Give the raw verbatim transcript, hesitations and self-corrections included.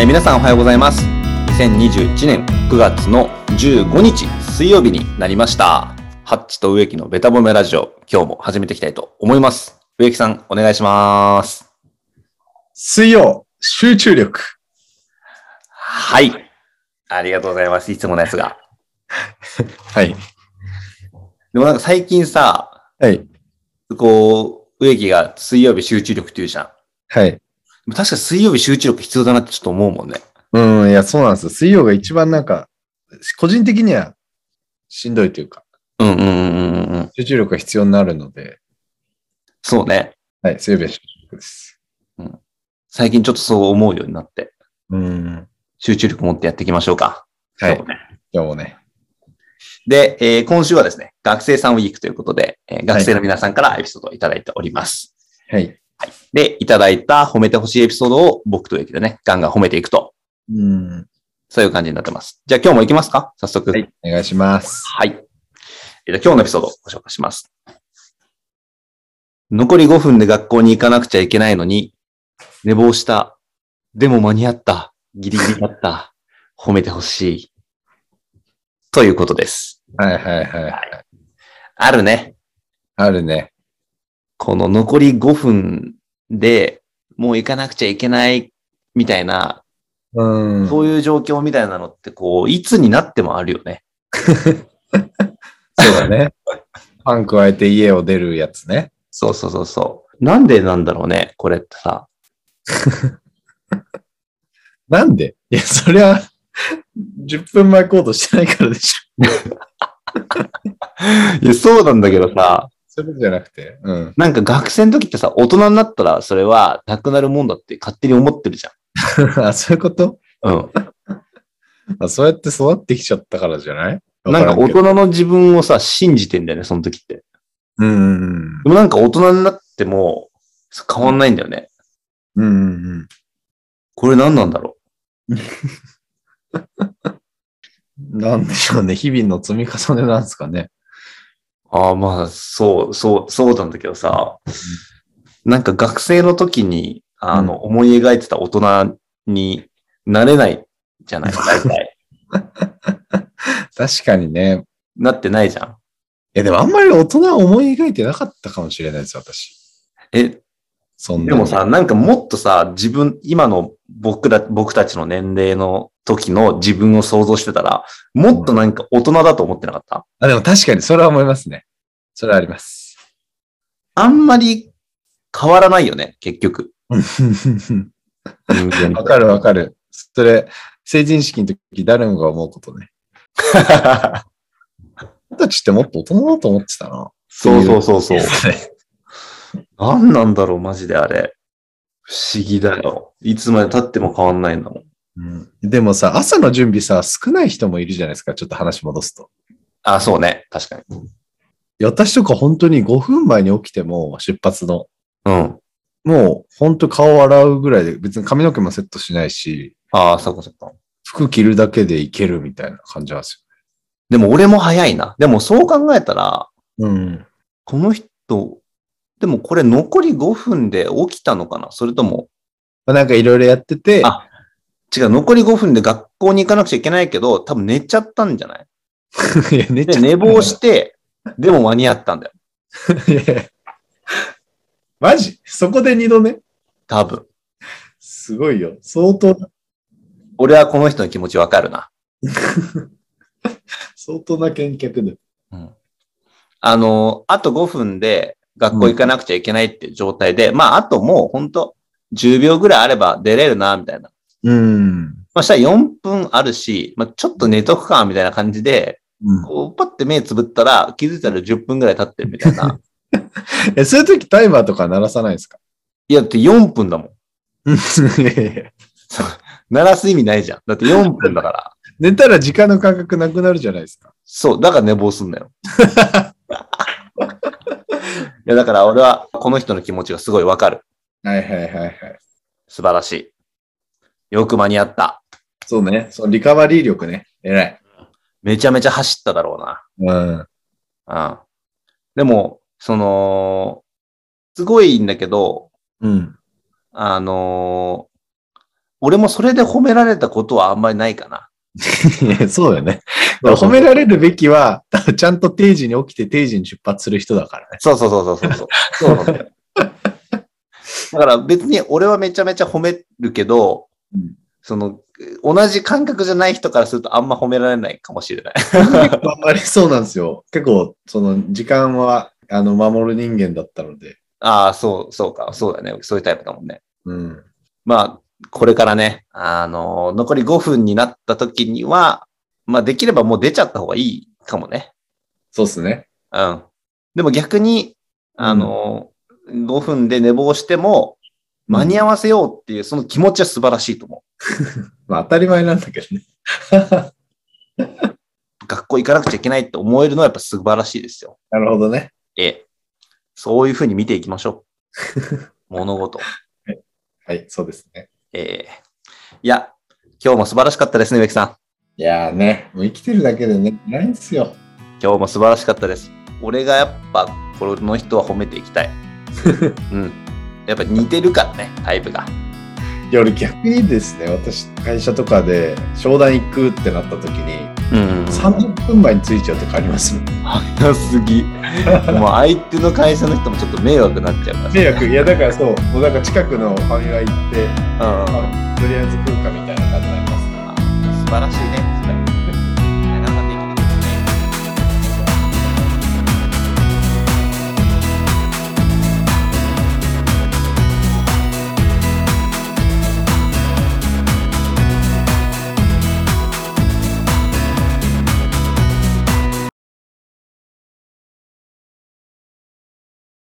えー、皆さんおはようございます。にせんにじゅういちねんくがつのじゅうごにち水曜日になりました。ハッチと植木のベタ褒めラジオ、今日も始めていきたいと思います。植木さんお願いします。 水曜集中力。 はい、ありがとうございます。いつものやつがはい。 でもなんか最近さ、 はい。 こう植木が水曜日集中力って言うじゃん。 はい。 確か水曜日集中力必要だなってちょっと思うもんね。 うん、いや、そうなんですよ。水曜が一番なんか、個人的にはしんどいというか、 うんうんうんうんうん。 集中力が必要になるので、 そうね。 はい、水曜日は集中力です。 うん。最近ちょっとそう思うようになって、 うん。 集中力持ってやっていきましょうか。 はい。 今日もね。 今日もね。 で、えー、今週はですね、学生さんウィークということで、えー、学生の皆さんからエピソードをいただいております。 はい。 で、いただいた褒めてほしいエピソードを僕と植木でね、ガンガン褒めていくと。 うん。 そういう感じになってます。じゃあ今日も行きますか？早速。 はい。お願いします。 はい。えー、今日のエピソードをご紹介します。残りごふんで学校に行かなくちゃいけないのに、寝坊した。でも間に合った。ギリギリだった。褒めてほしい。ということです。 はいはいはい、はい。 あるね。 あるね。 この残りごふんでもう行かなくちゃいけないみたいな、 うん、 そういう状況みたいなのってこう、いつになってもあるよね。 そうだね。パン加えて家を出るやつね。 そうそうそうそう。なんでなんだろうね、これってさ。 なんで？いや、そりゃ、じゅっぷんまえ行動してないからでしょ。 いや、そうなんだけどさ。 そういうことじゃなくて。うん。 なんか学生の時ってさ、大人になったらそれはなくなるもんだって勝手に思ってるじゃん。あ、そういうこと？ うん。 あ、そうやって育ってきちゃったからじゃない？ なんか大人の自分をさ、信じてんだよね、その時って。 うん。 でもなんか大人になっても変わんないんだよね。 うんうんうん。 これ何なんだろう。 なんでしょうね。日々の積み重ねなんですかね。 ああ、まあ、そう、そう、そうなんだけどさ、なんか学生の時に、あの、うん、思い描いてた大人になれないじゃない、大体。 確かにね。 なってないじゃん。 いや、でもあんまり大人は思い描いてなかったかもしれないです、私。 え、そんなでもさ、なんかもっとさ、自分、今の僕ら、僕たちの年齢の時の自分を想像してたら、もっとなんか大人だと思ってなかった？ あ、でも確かにそれは思いますね。それはあります。 あんまり変わらないよね、結局。 わかるわかる。それ、成人式の時誰もが思うことね。僕たちってもっと大人だと思ってたな。 そうそうそうそう。何なんだろう、マジであれ。不思議だよ。いつまで経っても変わんないんだもん。 うん、でもさ、朝の準備さ、少ない人もいるじゃないですか。ちょっと話戻すと。 あ、そうね。確かに。 私とか本当にごふんまえに起きても、出発の。 うん。 もう本当顔洗うぐらいで、別に髪の毛もセットしないし。 ああ、そっかそっか。 服着るだけでいけるみたいな感じなんですよね。でも俺も早いな。でもそう考えたら、 うん。 この人、でもこれ残りごふんで起きたのかな？それとも。 なんかいろいろやってて。 あ、違う。残りごふんで学校に行かなくちゃいけないけど、多分寝ちゃったんじゃない？ いや寝ちゃった。 で、寝坊して、でも間に合ったんだよ。 いやマジ？そこで二度寝？ 多分。 すごいよ。相当。 俺はこの人の気持ちわかるな。 相当な見客で。 うん。あの、あとごふんで学校行かなくちゃいけないっていう状態で、うん、まあ、あともうほんとじゅうびょうぐらいあれば出れるな、みたいな。 うん。 まあ、したらよんぷんあるし、まあ、ちょっと寝とくか、みたいな感じで、うん、こう、パッて目つぶったら気づいたらじゅっぷんぐらい経ってるみたいな。 え、そういう時タイマーとか鳴らさないですか？ いや、だってよんぷんだもん。鳴らす意味ないじゃん。だってよんぷんだから。 寝たら時間の感覚なくなるじゃないですか。 そう、だから寝坊すんだよ。いや、だから俺はこの人の気持ちがすごいわかる。 はいはいはいはい。 素晴らしい。よく間に合った。 そうね。そのリカバリー力ね。偉い。 めちゃめちゃ走っただろうな。うん。うん。でも、その、すごいんだけど、 うん。 あのー、 俺もそれで褒められたことはあんまりないかな。 いやそうだよね。褒められるべきは、ちゃんと定時に起きて定時に出発する人だからね。 そうそうそうそうそう。そうなんだよ。だから別に俺はめちゃめちゃ褒めるけど、 うん、 その、同じ感覚じゃない人からするとあんま褒められないかもしれない。 結構あんまりそうなんですよ。結構、その、時間は、あの、守る人間だったので。 ああ、そう、そうか。そうだね。そういうタイプだもんね。 うん。 まあ、これからね、あの、残りごふんになった時には、まあ、できればもう出ちゃった方がいいかもね。 そうっすね。 うん。でも逆に、あの、うん、ごふんで寝坊しても、間に合わせようっていう、その気持ちは素晴らしいと思う。まあ、当たり前なんだけどね。 学校行かなくちゃいけないって思えるのはやっぱ素晴らしいですよ。 なるほどね。 ええ。そういうふうに見ていきましょう。物事。 はい、はい、そうですね。 ええ。いや、今日も素晴らしかったですね、植木さん。 いやーね、もう生きてるだけでね、ないんですよ。 今日も素晴らしかったです。俺がやっぱ、この人は褒めていきたい。うん。やっぱ似てるからね、タイプが。 いや、俺逆にですね、私、会社とかで商談行くってなった時に、うん、さんじゅっぷんまえに着いちゃうってありますもん。 早すぎ。もう相手の会社の人もちょっと迷惑になっちゃうから。 迷惑いや、だからそう、もうなんか近くのファミマ行って、うん、とりあえず食うかみたいな感じになります。 素晴らしいね。